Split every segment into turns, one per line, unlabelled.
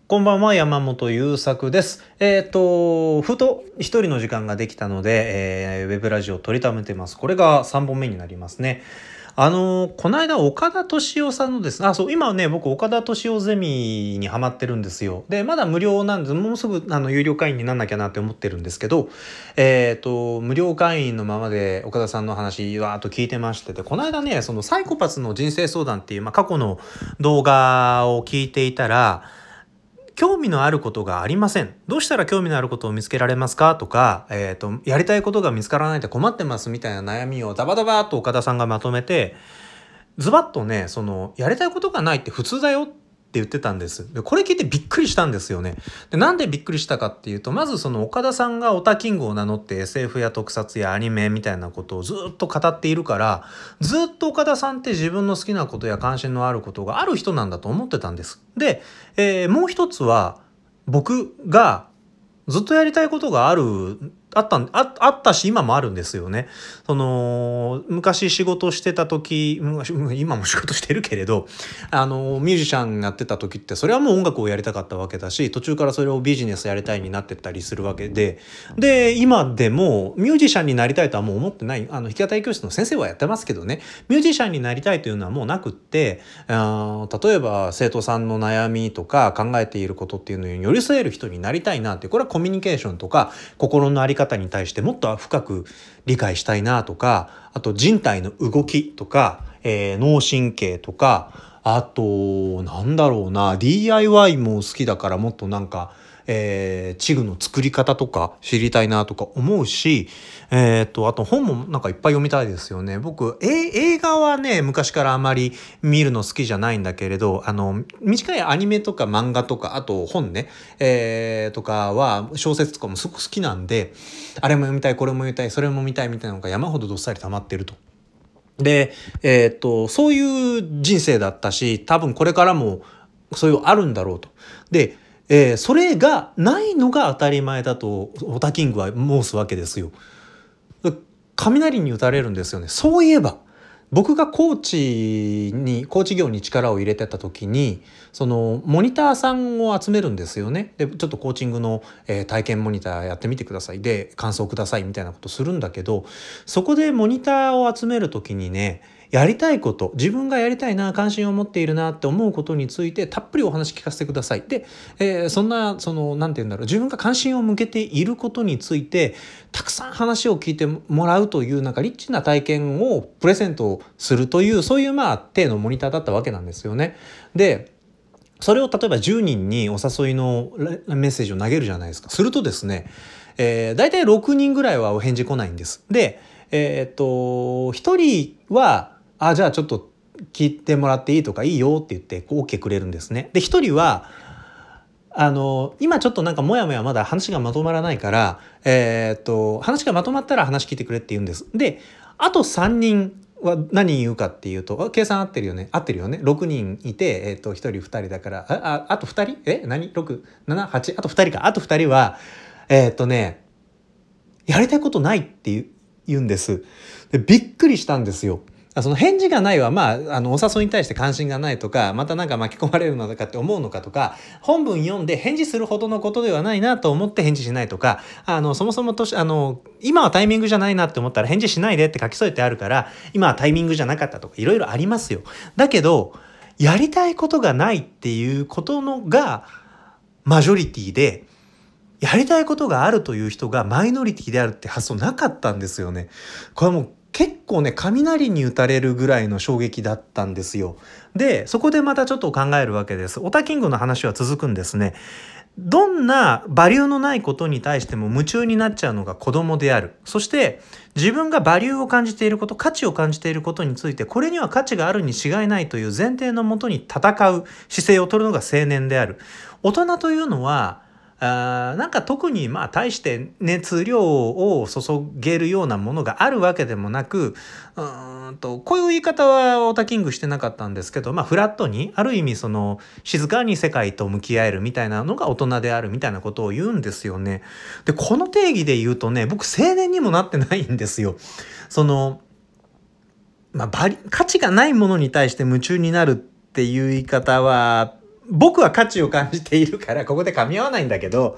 こんばんは、山本優作です。ふと一人の時間ができたので、ウェブラジオを取りためてます。これが3本目になりますね。この間、岡田敏夫さんのですね、そう、今はね、僕、岡田敏夫ゼミにハマってるんですよ。で、まだ無料なんで、もうすぐ、有料会員になんなきゃなって思ってるんですけど、無料会員のままで岡田さんの話、わーっと聞いてましてて、この間ね、そのサイコパスの人生相談っていう、過去の動画を聞いていたら、興味のあることがありません。どうしたら興味のあることを見つけられますかとか、やりたいことが見つからないと困ってますみたいな悩みをダバダバーっと岡田さんがまとめて、ズバッとね、やりたいことがないって普通だよって言ってたんです。で、これ聞いてびっくりしたんですよね。で、なんでびっくりしたかっていうと、まず岡田さんがオタキングを名乗って SF や特撮やアニメみたいなことをずっと語っているから、ずっと岡田さんって自分の好きなことや関心のあることがある人なんだと思ってたんです。で、もう一つは、僕がずっとやりたいことがあったし、今もあるんですよね。昔仕事してた時、今も仕事してるけれど、ミュージシャンやってた時って、それはもう音楽をやりたかったわけだし、途中からそれをビジネスやりたいになってったりするわけで、今でもミュージシャンになりたいとはもう思ってない、弾き語り教室の先生はやってますけどね、ミュージシャンになりたいというのはもうなくって、例えば生徒さんの悩みとか考えていることっていうのに寄り添える人になりたいなって、これはコミュニケーションとか心の在り方に対してもっと深く理解したいなとか、あと人体の動きとか、脳神経とか、あとなんだろうな、 DIY も好きだから、もっと器具の作り方とか知りたいなとか思うし、あと本もいっぱい読みたいですよね。僕、映画はね、昔からあまり見るの好きじゃないんだけれど、短いアニメとか漫画とか、あと本ね、とかは、小説とかもすごく好きなんで、あれも読みたい、これも読みたい、それも見たいみたいなのが山ほどどっさり溜まってると。で、そういう人生だったし、多分これからもそういうあるんだろうと。で、それがないのが当たり前だとオタキングは申すわけですよ。雷に打たれるんですよね。そういえば僕がコーチ業に力を入れてた時に、モニターさんを集めるんですよね。で、ちょっとコーチングの、体験モニターやってみてください。で、感想くださいみたいなことするんだけど、そこでモニターを集める時にね、やりたいこと、自分がやりたいな、関心を持っているなって思うことについてたっぷりお話聞かせてください。で、なんて言うんだろう、自分が関心を向けていることについてたくさん話を聞いてもらうという、リッチな体験をプレゼントするという、そういう体のモニターだったわけなんですよね。で、それを例えば10人にお誘いのメッセージを投げるじゃないですか。するとですね、大体6人ぐらいはお返事来ないんです。で、1人はじゃあちょっと聞いてもらっていいとか、いいよって言ってOK くれるんですね。で、1人は今ちょっともやもやまだ話がまとまらないから、話がまとまったら話聞いてくれって言うんです。で、あと3人は何言うかっていうと、計算合ってるよね。合ってるよね。6人いて、1人2人だから、あと2人6、7、8、あと2人か。あと2人は、やりたいことないって言うんです。で、びっくりしたんですよ。その返事がないは、お誘いに対して関心がないとか、また巻き込まれるのかって思うのかとか、本文読んで返事するほどのことではないなと思って返事しないとか、そもそも今はタイミングじゃないなって思ったら返事しないでって書き添えてあるから、今はタイミングじゃなかったとか、いろいろありますよ。だけど、やりたいことがないっていうことのがマジョリティで、やりたいことがあるという人がマイノリティであるって発想なかったんですよね。これはもう結構ね、雷に打たれるぐらいの衝撃だったんですよ。で、そこでまたちょっと考えるわけです。オタキングの話は続くんですね。どんなバリューのないことに対しても夢中になっちゃうのが子供である。そして自分がバリューを感じていること、価値を感じていることについて、これには価値があるに違いないという前提のもとに戦う姿勢を取るのが青年である。大人というのは、特に大して熱量を注げるようなものがあるわけでもなく、こういう言い方はオタキングしてなかったんですけど、フラットに、ある意味静かに世界と向き合えるみたいなのが大人であるみたいなことを言うんですよね。で、この定義で言うとね、僕青年にもなってないんですよ。価値がないものに対して夢中になるっていう言い方は僕は価値を感じているから、ここで噛み合わないんだけど、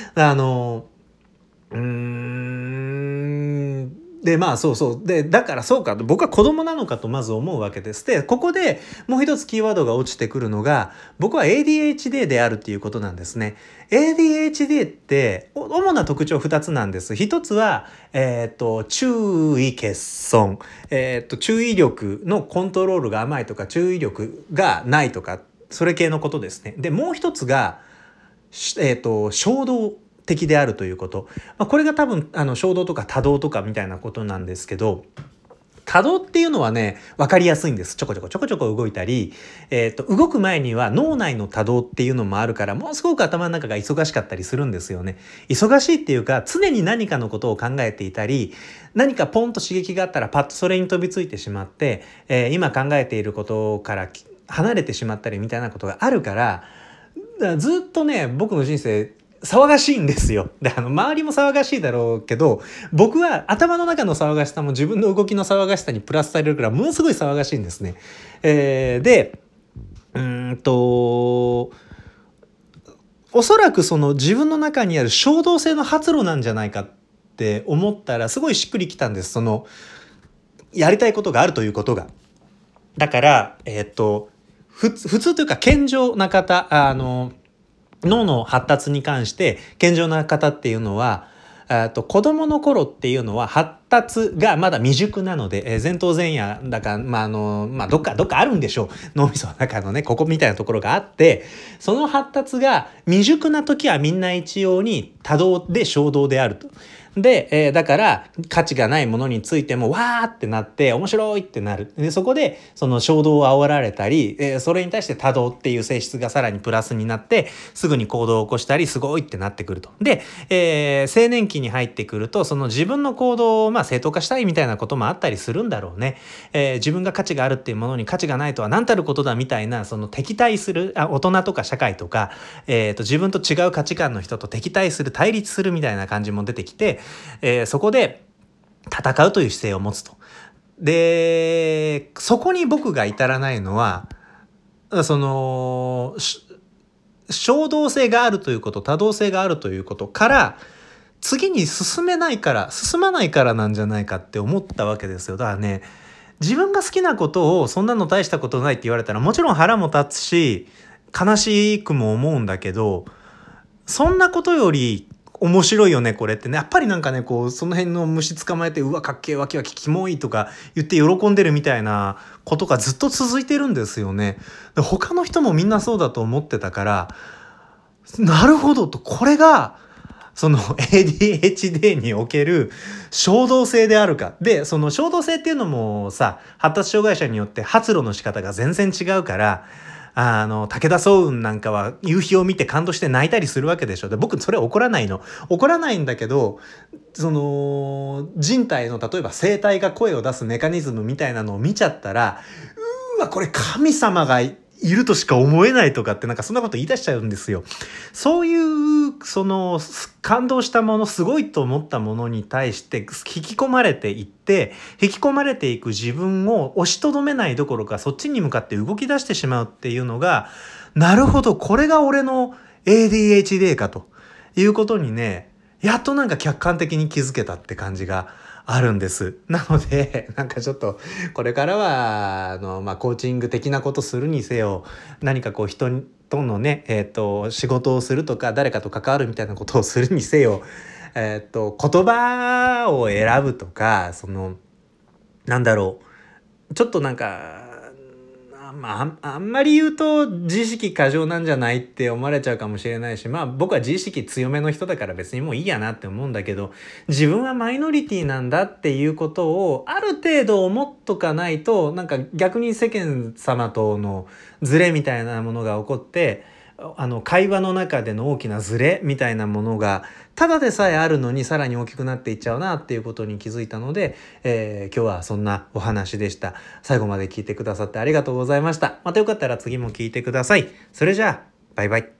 うーん。で、まあそうそう。で、だからそうか。僕は子供なのかとまず思うわけです。で、ここでもう一つキーワードが落ちてくるのが、僕は ADHD であるっていうことなんですね。ADHD って主な特徴2つなんです。一つは、注意欠損。注意力のコントロールが甘いとか、注意力がないとか、それ系のことですね。で、もう一つが、衝動的であるということ。これが多分衝動とか多動とかみたいなことなんですけど、多動っていうのはね、分かりやすいんです。ちょこちょこ動いたり、動く前には脳内の多動っていうのもあるから、ものすごく頭の中が忙しかったりするんですよね。忙しいっていうか、常に何かのことを考えていたり、何かポンと刺激があったらパッとそれに飛びついてしまって、今考えていることから離れてしまったりみたいなことがあるから、ずっとね、僕の人生騒がしいんですよ。で、周りも騒がしいだろうけど、僕は頭の中の騒がしさも自分の動きの騒がしさにプラスされるから、ものすごい騒がしいんですね。で、おそらくその自分の中にある衝動性の発露なんじゃないかって思ったら、すごいしっくりきたんです。やりたいことがあるということが。だから、普通というか健常な方、脳の発達に関して健常な方っていうのは、子供の頃っていうのは発達がまだ未熟なので、前頭前野だから、どっかあるんでしょう。脳みその中のね、ここみたいなところがあって、その発達が未熟な時はみんな一様に多動で衝動であると。で、だから価値がないものについてもわーってなって面白いってなる。で、そこでその衝動を煽られたり、それに対して多動っていう性質がさらにプラスになってすぐに行動を起こしたりすごいってなってくると。で、青年期に入ってくるとその自分の行動を正当化したいみたいなこともあったりするんだろうね。自分が価値があるっていうものに価値がないとは何たることだみたいな、その敵対する大人とか社会とか、自分と違う価値観の人と敵対する対立するみたいな感じも出てきて、そこで戦うという姿勢を持つと。で、そこに僕が至らないのは、衝動性があるということ、多動性があるということから、次に進まないからなんじゃないかって思ったわけですよ。だからね、自分が好きなことをそんなの大したことないって言われたらもちろん腹も立つし、悲しくも思うんだけど、そんなことより面白いよねこれってね。やっぱりなんかね、こうその辺の虫捕まえて、うわかっけえわきわきキモいとか言って喜んでるみたいなことがずっと続いてるんですよね。で、他の人もみんなそうだと思ってたから、なるほどと、これがその ADHD における衝動性であるか。で、その衝動性っていうのもさ、発達障害者によって発露の仕方が全然違うから、武田壮雲なんかは夕日を見て感動して泣いたりするわけでしょ。で、僕それ怒らないんだけど、その人体の例えば声帯が声を出すメカニズムみたいなのを見ちゃったら、これ神様がいるとしか思えないとかって、なんかそんなこと言い出しちゃうんですよ。そういうその感動したもの、すごいと思ったものに対して引き込まれていく自分を押しとどめないどころか、そっちに向かって動き出してしまうっていうのが、なるほどこれが俺の ADHD かということにね、やっとなんか客観的に気づけたって感じがあるんです。なので、なんかちょっと、これからは、コーチング的なことするにせよ、何かこう人とのね、仕事をするとか、誰かと関わるみたいなことをするにせよ、言葉を選ぶとか、なんだろう、ちょっとなんか、あんまり言うと自意識過剰なんじゃないって思われちゃうかもしれないし、僕は自意識強めの人だから別にもういいやなって思うんだけど、自分はマイノリティなんだっていうことをある程度思っとかないと、なんか逆に世間様とのズレみたいなものが起こって、会話の中での大きなズレみたいなものがただでさえあるのにさらに大きくなっていっちゃうなっていうことに気づいたので、今日はそんなお話でした。最後まで聞いてくださってありがとうございました。またよかったら次も聞いてください。それじゃあバイバイ。